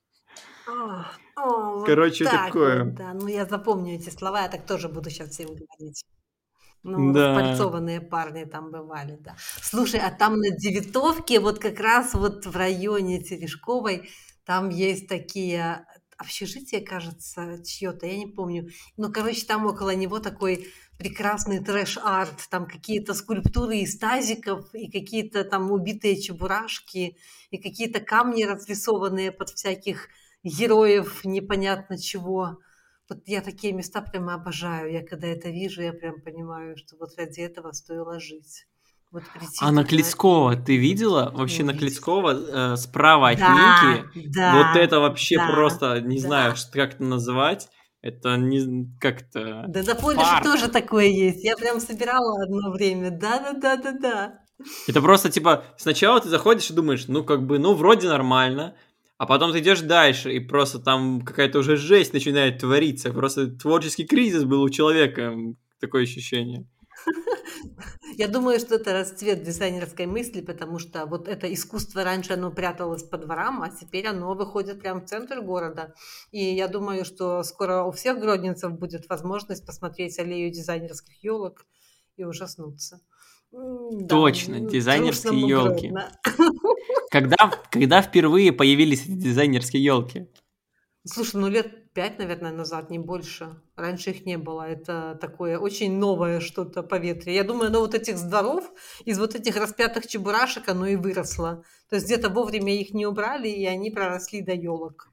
Вот Короче, так вот, такое. да. Ну, я запомню эти слова, я так тоже буду сейчас всем говорить. Ну, Да. распальцованные парни там бывали, да. Слушай, а там на Девятовке, вот как раз вот в районе Терешковой, Там есть такие общежития, кажется, чьё-то, я не помню. Ну, короче, там около него такой прекрасный трэш-арт. Там какие-то скульптуры из тазиков, и какие-то там убитые чебурашки, и какие-то камни разрисованные под всяких героев непонятно чего. Вот я такие места прямо обожаю. Я когда это вижу, я прям понимаю, что вот ради этого стоило жить. Вот прийти А на туда Клицкого ты видела? и Вообще на увидеть. Клицкого справа от Да, Ники. Вот да, это вообще да, просто, не знаю, да. как это назвать. Это не как-то Да, на Польше тоже парк. такое есть. Я прям собирала одно время. Да-да-да-да-да. Это просто типа сначала ты заходишь и думаешь, ну как бы, ну вроде нормально, а потом ты идешь дальше, и просто там какая-то уже жесть начинает твориться. Просто творческий кризис был у человека, такое ощущение. Я думаю, что это расцвет дизайнерской мысли, потому что вот это искусство раньше оно пряталось по дворам, а теперь оно выходит прямо в центр города. И я думаю, что скоро у всех гродненцев будет возможность посмотреть аллею дизайнерских елок и ужаснуться. Да, Точно, дизайнерские трушному елки. Гродно. Когда впервые появились эти дизайнерские елки? Слушай, ну лет 5, наверное, назад, не больше. Раньше их не было. Это такое очень новое что-то поветрие. Я думаю, оно вот этих с дворов, из вот этих распятых чебурашек оно и выросло. То есть где-то вовремя их не убрали, и они проросли до елок.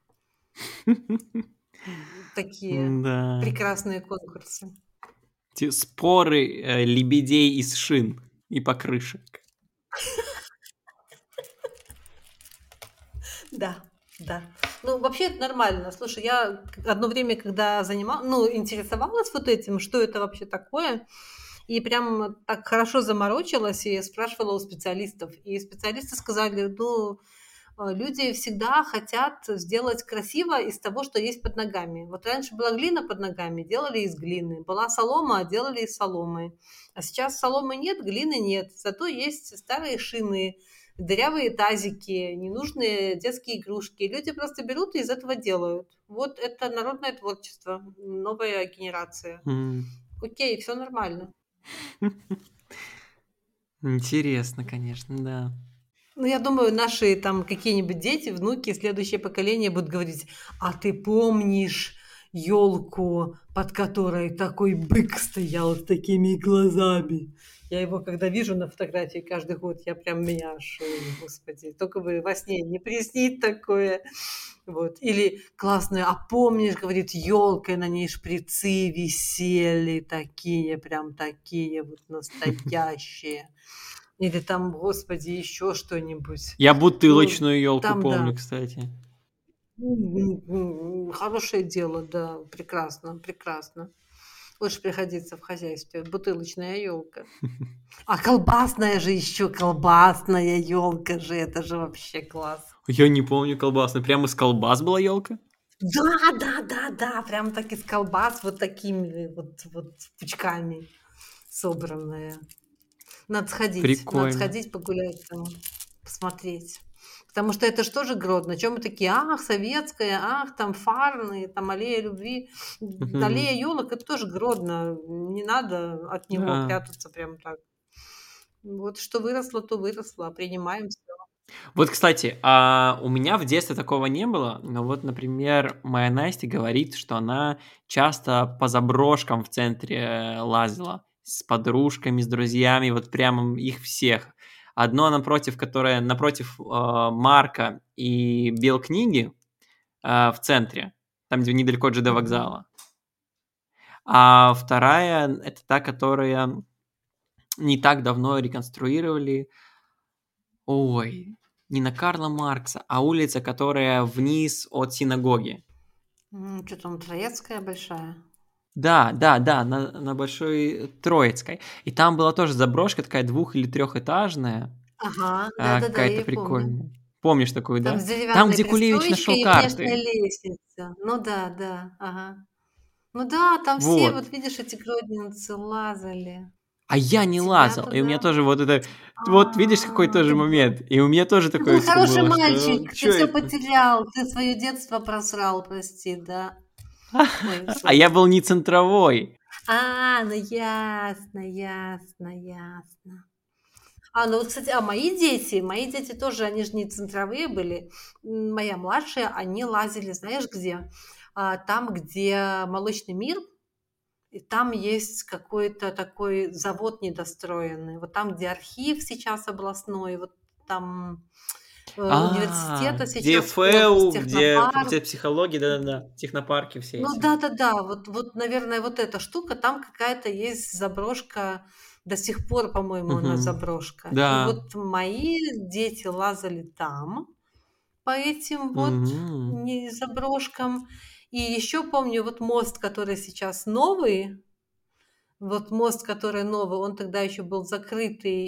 Такие Да. прекрасные конкурсы. Споры лебедей из шин и покрышек. Да, да. Ну, вообще это нормально. Слушай, я одно время, когда ну, интересовалась вот этим, что это вообще такое, и прям так хорошо заморочилась и спрашивала у специалистов. И специалисты сказали, ну, люди всегда хотят сделать красиво из того, что есть под ногами. Вот раньше была глина под ногами, делали из глины. Была солома, делали из соломы. А сейчас соломы нет, глины нет. Зато есть старые шины, дырявые тазики, ненужные детские игрушки. Люди просто берут и из этого делают. Вот это народное творчество, новая генерация. М. Окей, все нормально. Интересно, конечно, да. Ну, я думаю, наши там какие-нибудь дети, внуки, следующее поколение будут говорить: а ты помнишь елку, под которой такой бык стоял с такими глазами? Я его, когда вижу на фотографии каждый год, я прям меня аж, ой, господи, только бы во сне не приснить такое. Вот. Или классная, а помнишь, говорит, елкой на ней шприцы висели, такие, прям такие вот настоящие. Или там, господи, еще что-нибудь. Я Ну, бутылочную елку там, да. помню, кстати. Хорошее дело, да, прекрасно, прекрасно. Больше пригодится в хозяйстве. Бутылочная елка. А колбасная же еще, колбасная елка же, это же вообще класс. Я не помню колбасную. Прямо из колбас была елка? Да, да, да, да, прям так из колбас вот такими вот пучками собранная. Надо Прикольно. сходить погулять там, посмотреть. Потому что это ж тоже Гродно. Чё мы такие: ах, советская, ах, там Фарны, там аллея любви. Мгм. Аллея ёлок — это тоже Гродно. Не надо от него Да. прятаться прям так. Вот что выросло, то выросло. Принимаем всё. Вот, кстати, у меня в детстве такого не было, но вот, например, моя Настя говорит, что она часто по заброшкам в центре лазила с подружками, с друзьями, вот прямо их всех. Одно напротив, которое напротив Марка и Белкниги в центре, там, где недалеко от ЖД Мгм. вокзала. А вторая – это та, которая не так давно реконструировали. Ой, не на Карла Маркса, а улица, которая вниз от синагоги. Чё там, Троецкая большая? Да, да, да, на Большой Троицкой. И там была тоже заброшка такая или трехэтажная, Ага, да-да-да, я какая-то её помню. прикольная. Помнишь такую, Там да? с Там, деревянной где Кулевич пристроечкой нашел и внешняя карты. лестница. Ну да, да, ага. Ну да, там все, Вот. вот видишь, эти гродненцы лазали. А я не Тебя лазал. И у меня туда тоже вот это... Вот видишь, какой тоже момент? И у меня тоже ты был такое типа хороший было, что... мальчик, ты Чё все это? потерял, ты свое детство просрал, прости, да. Ой, А сори. я был не центровой. Ну ясно, ясно, ясно. Ну вот, кстати, мои дети тоже, они же не центровые были. Моя младшая, они лазили, знаешь, где? Там, где молочный мир, и там есть какой-то такой завод недостроенный. Вот там, где архив сейчас областной, вот там университета Где сейчас корпус, ФЭУ, где технопарк. факультет психологии, да-да-да, технопарки все Ну эти. да-да-да, вот, наверное, вот эта штука, там какая-то есть заброшка, до сих пор, по-моему, у нас Мгм. заброшка. И Да. вот мои дети лазали там, по этим вот Мгм. не заброшкам. И еще помню вот мост, который сейчас новый, вот мост, который новый, он тогда еще был закрытый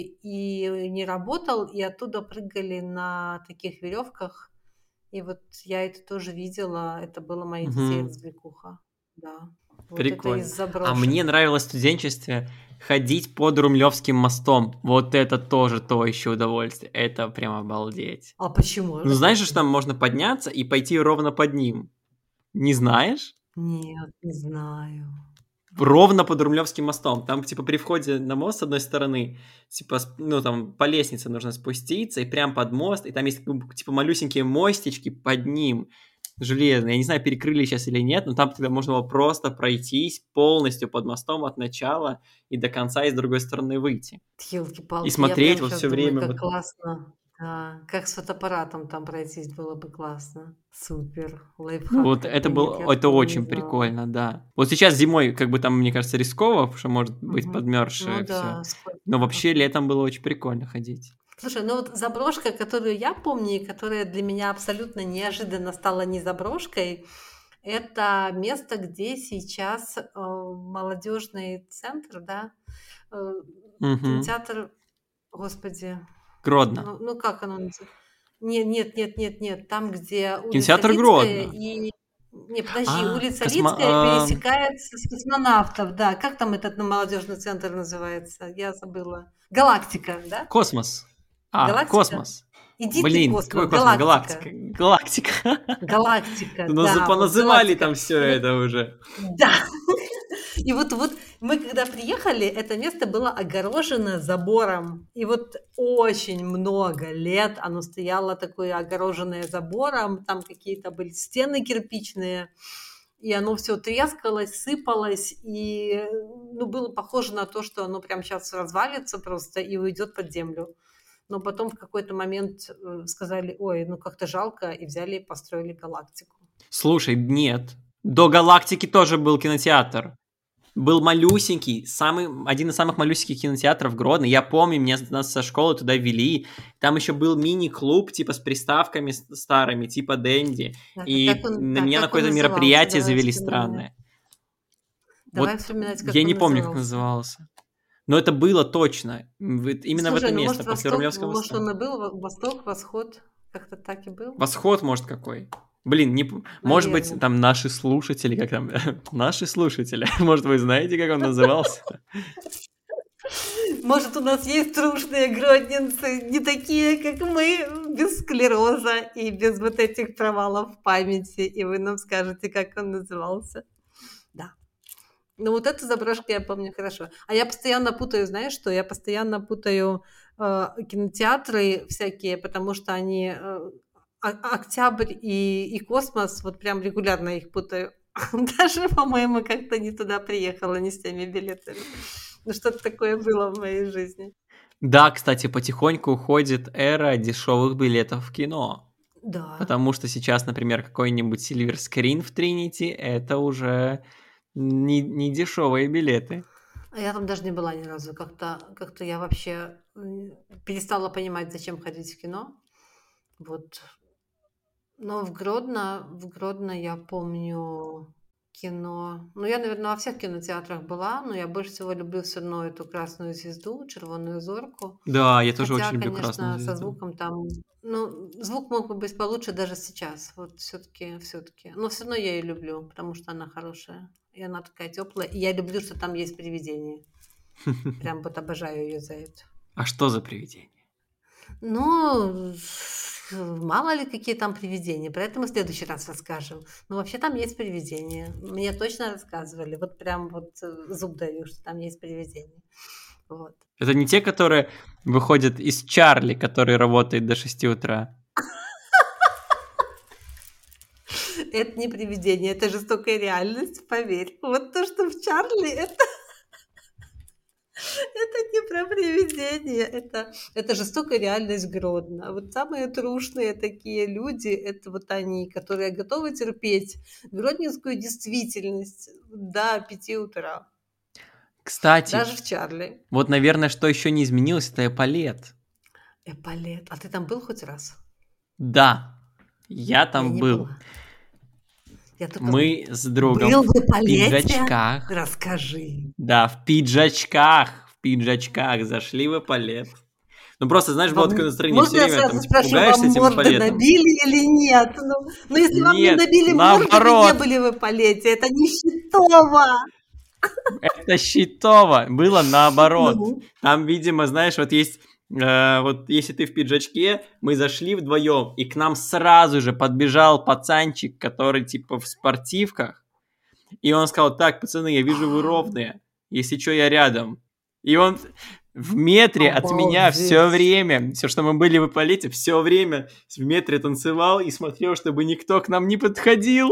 и не работал, и оттуда прыгали на таких веревках. И вот я это тоже видела, это было моих детей Мгм. развлекуха. Да, вот это Прикольно. из А мне заброшек. нравилось в студенчестве ходить под Румлёвским мостом. Вот это тоже то еще удовольствие. Это прям обалдеть. А почему Ну, это? знаешь же, что там можно подняться и пойти ровно под ним? Не знаешь? Нет, не знаю. Ровно под Румлёвским мостом. Там, типа, при входе на мост, с одной стороны, типа, ну, там, по лестнице нужно спуститься, и прям под мост, и там есть, типа, малюсенькие мостички под ним, железные. Я не знаю, перекрыли сейчас или нет, но там тогда можно было просто пройтись полностью под мостом от начала и до конца, и с другой стороны выйти. И Ёлки-палки, я смотреть прям вот сейчас все думаю, время как вот. классно. Да, как с фотоаппаратом там пройтись было бы классно. Супер, Ну, лайфхак вот это какой. Нет, я было, это такого не очень знала. прикольно, да. Вот сейчас зимой, как бы там, мне кажется, рисково, потому что может быть Мгм. Ну подмерзшее все. да, Но сколько. вообще Ага. летом было очень прикольно ходить. Слушай, ну вот заброшка, которую я помню, и которая для меня абсолютно неожиданно стала не заброшкой, это место, где сейчас молодежный центр, да, э, Мгм. кинотеатр, господи, Гродно. ну как оно называется? Нет, нет, нет, нет, нет, там, где улица Кинотеатр Лицкая Гродно. и... Не, подожди, улица Космо... Лицкая пересекается с космонавтов, да. Как там этот молодежный центр называется? Я забыла. Галактика, да? Космос. Галактика? Космос. Иди ты, Блин, какой космос, космос? галактика. Галактика. Галактика. Галактика, Ну, да, вот поназывали галактика. там все И вот, это уже. да, и вот мы когда приехали, это место было огорожено забором. И вот очень много лет оно стояло такое огороженное забором, там какие-то были стены кирпичные, и оно все трескалось, сыпалось, и, ну, было похоже на то, что оно прям сейчас развалится просто и уйдет под землю. Но потом в какой-то момент, сказали: "Ой, ну как-то жалко", и взяли и построили галактику. Слушай, нет. До Галактики тоже был кинотеатр. Был малюсенький, один из самых малюсеньких кинотеатров Гродно. Я помню, нас со школы туда вели. Там еще был мини-клуб, типа с приставками старыми, типа Дэнди. И на меня на Как он какое-то назывался? мероприятие Давай завели вспоминать. странное. Давай Вот вспоминать, как я он не помню, как назывался. назывался. Но это было точно. Именно в это Слушай, ну, место, может, после Восток, Румлевского может, моста. он и был Восток, Восход, как-то так и был? Восход, может, какой. Блин, может быть, Наверное. там наши слушатели, как там, наши слушатели, может, вы знаете, как он назывался? Может, у нас есть трушные гродненцы, не такие, как мы, без склероза и без вот этих провалов в памяти, и вы нам скажете, как он назывался. Да. Ну, вот эту заброшку я помню хорошо. А я постоянно путаю, знаешь что? Я постоянно путаю кинотеатры всякие, потому что они Октябрь и Космос, вот прям регулярно их путаю. Даже, по-моему, как-то не туда приехала, не с теми билетами. Ну, что-то такое было в моей жизни. Да, кстати, потихоньку уходит эра дешевых билетов в кино. Да. Потому что сейчас, например, какой-нибудь Silver Screen в Тринити — это уже не дешевые билеты. А я там даже не была ни разу. Как-то я вообще перестала понимать, зачем ходить в кино. Вот. Но в Гродно я помню кино. Ну, я, наверное, во всех кинотеатрах была, но я больше всего люблю все равно эту "Красную звезду", "Червоную зорку". Да, я тоже Хотя, очень люблю «Красную конечно, со звезду». звуком там, ну, звук мог бы быть получше даже сейчас. Вот все таки. Но все равно я ее люблю, потому что она хорошая. И она такая теплая. И я люблю, что там есть привидение. Прям вот обожаю ее за это. А что за привидение? Ну, мало ли какие там привидения. Про это мы в следующий раз расскажем. Но вообще там есть привидения. Мне точно рассказывали. Вот прям вот зуб даю, что там есть привидения. Вот. Это не те, которые выходят из Чарли, который работает до 6 утра. Это не привидение, это жестокая реальность, поверь. Вот то, что в Чарли, это не про привидение, это жестокая реальность Гродно. Вот самые трушные такие люди, это вот они, которые готовы терпеть гродненскую действительность до 5 утра, Кстати, даже в Чарли. вот, наверное, что еще не изменилось, это эполет. Эполет. А ты там был хоть раз? Да, я Я там не был. была. Я только Мы с другом был в в эполете? пиджачках. Расскажи. Да, в пиджачках зашли в эполет. Ну, просто, знаешь, было такое настроение, все Можно я время сразу там, типа, спрошу, пугаешься вам этим морды эполетом. набили или нет? Ну, если вам не Нет, набили морды, вы не наоборот, были в эполете. Это не щитово. это щитово, было наоборот. Ну, Там, видимо, знаешь, вот есть, вот если ты в пиджачке, мы зашли вдвоем, и к нам сразу же подбежал пацанчик, который, типа, в спортивках, и он сказал: так, пацаны, я вижу, вы ровные, если что, я рядом. И он в метре от меня все обалдеть. время, все, что мы были в эполете, все время в метре танцевал и смотрел, чтобы никто к нам не подходил.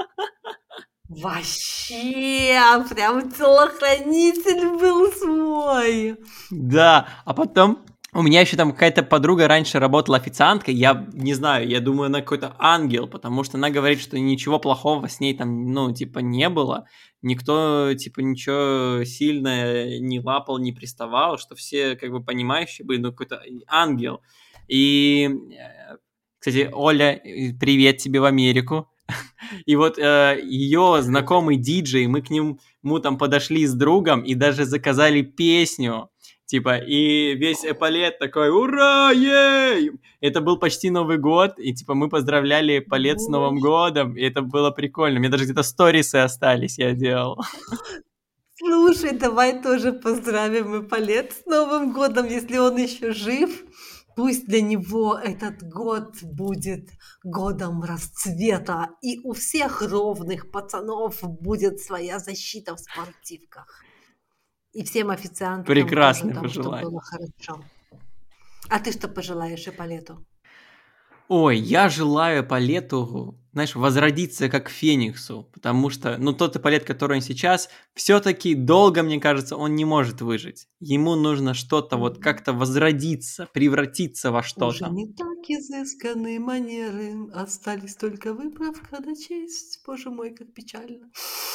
Вообще, прям телохранитель был свой. Да, а потом у меня еще там какая-то подруга раньше работала официанткой, я не знаю, я думаю, она какой-то ангел, потому что она говорит, что ничего плохого с ней там, ну, типа, не было, никто, типа, ничего сильно не лапал, не приставал, что все, как бы, понимающие были, ну, какой-то ангел. И, кстати, Оля, привет тебе в Америку. И вот ее знакомый диджей, мы к нему там подошли с другом и даже заказали песню. Типа, и весь эполет такой: ура, ей! Это был почти Новый год, и типа мы поздравляли эполет с Новым Боже. годом, и это было прикольно. Мне даже где-то сторисы остались, я делал. Слушай, давай тоже поздравим Эполет с Новым годом, если он еще жив. Пусть для него этот год будет годом расцвета, и у всех ровных пацанов будет своя защита в спортивках. И всем официанткам тоже Прекрасное там, чтобы пожелание. было хорошо. А ты что пожелаешь Эполету? Ой, я желаю Эполету, знаешь, возродиться как Фениксу, потому что, ну, тот Эполет, который он сейчас, все-таки долго, мне кажется, он не может выжить. Ему нужно что-то вот Мгм. как-то возродиться, превратиться во Уже что-то. не так изысканы манеры, остались только выправка да честь. Боже мой, как печально.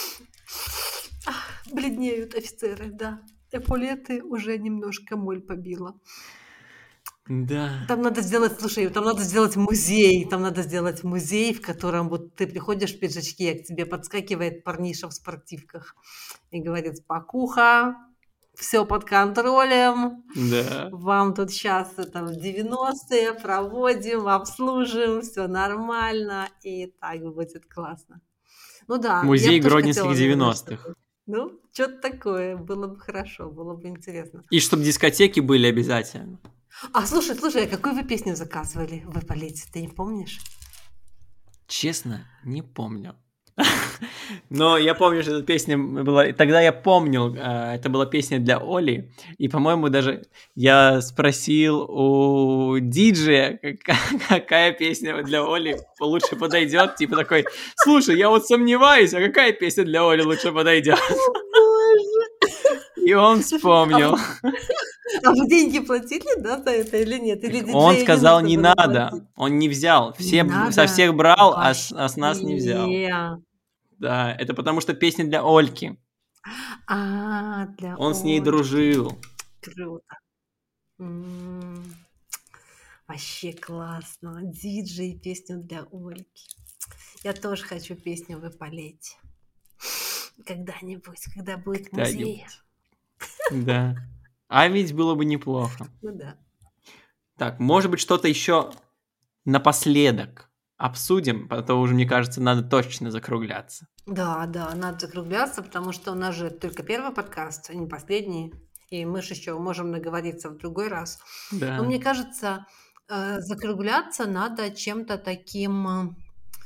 Ах, бледнеют офицеры, да. Эполеты уже немножко моль побила. Да. Там надо сделать, слушай, там надо сделать музей, в котором вот ты приходишь в пиджачке, а к тебе подскакивает парниша в спортивках и говорит: спокуха, все под контролем, Да. вам тут сейчас это в 90-е проводим, обслужим, все нормально, и так будет классно. Ну да, я Музей бы тоже гродненских хотела, наверное, что-то. 90-х. Ну, что-то такое было бы хорошо, было бы интересно. И чтобы дискотеки были обязательно. А слушай, а какую вы песню заказывали в Эполете, ты не помнишь? Честно, не помню. Но я помню, что эта песня была... Тогда я помнил, это была песня для Оли. И, по-моему, даже я спросил у диджея, какая песня для Оли лучше подойдет. Типа такой: слушай, я вот сомневаюсь, а какая песня для Оли лучше подойдет? О, боже! И он Слушай, вспомнил. а вы деньги платили, да, за это или нет? Или Он диджею не сказал, нужно не было платить? надо. Он не взял. Не Со надо? всех брал, с нас не взял. Вообще. Да, это потому что песня для Ольки. Для Он с ней Ольки. дружил. Круто. М, Вообще классно. Диджей, песню для Ольки. Я тоже хочу песню в Эполете. Когда-нибудь, когда будет музей. Когда-нибудь. Да. А ведь было бы неплохо. Ну да. Так, может быть, что-то еще напоследок обсудим, а то уже, мне кажется, надо точно закругляться. Да, надо закругляться, потому что у нас же только первый подкаст, а не последний. И мы же еще можем наговориться в другой раз. Но Да. мне кажется, закругляться надо чем-то таким,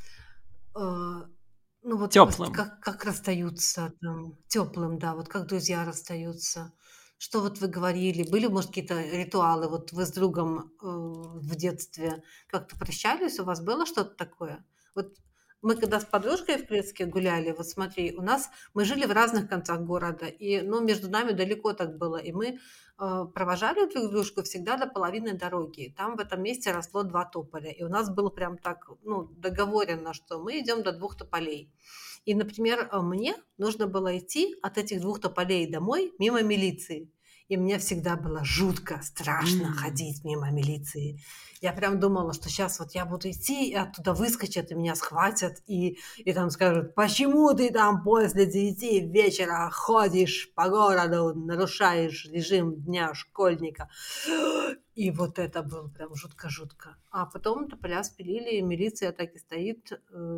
ну вот Теплым. как расстаются там, теплым, да, вот как друзья расстаются. Что вот вы говорили? Были, может, какие-то ритуалы? Вот вы с другом в детстве как-то прощались? У вас было что-то такое? Вот мы когда с подружкой в Клецке гуляли, вот смотри, мы жили в разных концах города, и, ну, между нами далеко так было, и мы провожали друг дружку всегда до половины дороги. Там в этом месте росло 2 тополя, и у нас было прям так, ну, договорено, что мы идем до 2 тополей. И, например, мне нужно было идти от этих 2 тополей домой мимо милиции. И мне всегда было жутко страшно М. ходить мимо милиции. Я прям думала, что сейчас вот я буду идти, и оттуда выскочат, и меня схватят, и там скажут: почему ты там после 9 вечера ходишь по городу, нарушаешь режим дня школьника? И вот это было прям жутко-жутко. А потом тополя спилили, и милиция так и стоит.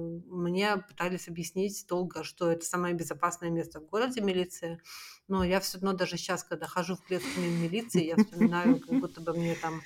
Мне пытались объяснить долго, что это самое безопасное место в городе, милиция. Но я все равно даже сейчас, когда хожу в Клецк мимо милиции, я вспоминаю, как будто бы мне там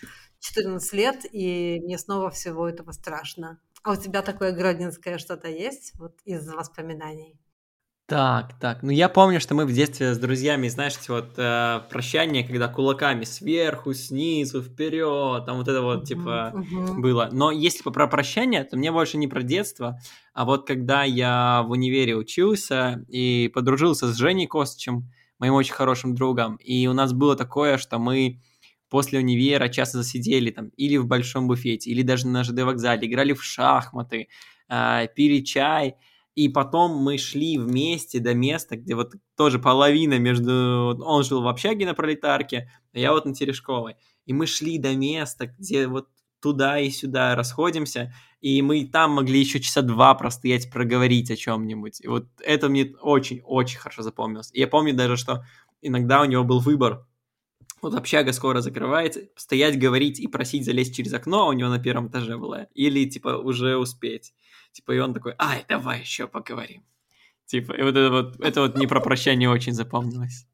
14 лет, и мне снова всего этого страшно. А у тебя такое гродненское что-то есть вот из воспоминаний? Так, ну я помню, что мы в детстве с друзьями, знаешь, эти вот прощания, когда кулаками сверху, снизу, вперед, там вот это вот Мгм, типа мгм. было. Но если про прощание, то мне больше не про детство, а вот когда я в универе учился и подружился с Женей Косычем, моим очень хорошим другом, и у нас было такое, что мы после универа часто засидели там или в большом буфете, или даже на ЖД вокзале, играли в шахматы, пили чай, и потом мы шли вместе до места, где вот тоже половина между... Он жил в общаге на Пролетарке, а я вот на Терешковой. И мы шли до места, где вот туда и сюда расходимся, и мы там могли еще часа 2 простоять, проговорить о чем-нибудь. И вот это мне очень-очень хорошо запомнилось. И я помню даже, что иногда у него был выбор. Вот общага скоро закрывается, стоять, говорить и просить залезть через окно, у него на первом этаже было, или, типа, уже успеть. Типа, и он такой: ай, давай еще поговорим. Типа, и вот это вот не про прощание очень запомнилось.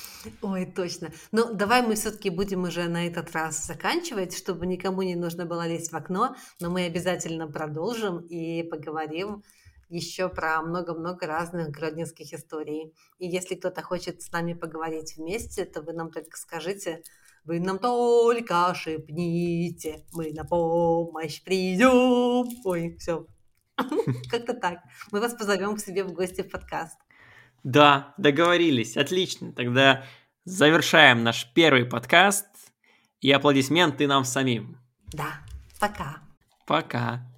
Ой, точно. Ну, давай мы все-таки будем уже на этот раз заканчивать, чтобы никому не нужно было лезть в окно, но мы обязательно продолжим и поговорим еще про много-много разных гродненских историй. И если кто-то хочет с нами поговорить вместе, то вы нам только скажите, вы нам только шепните, мы на помощь придем. Ой, все, как-то так. Мы вас позовем к себе в гости в подкаст. Да, договорились, отлично. Тогда завершаем наш первый подкаст, и аплодисменты нам самим. Да, пока. Пока.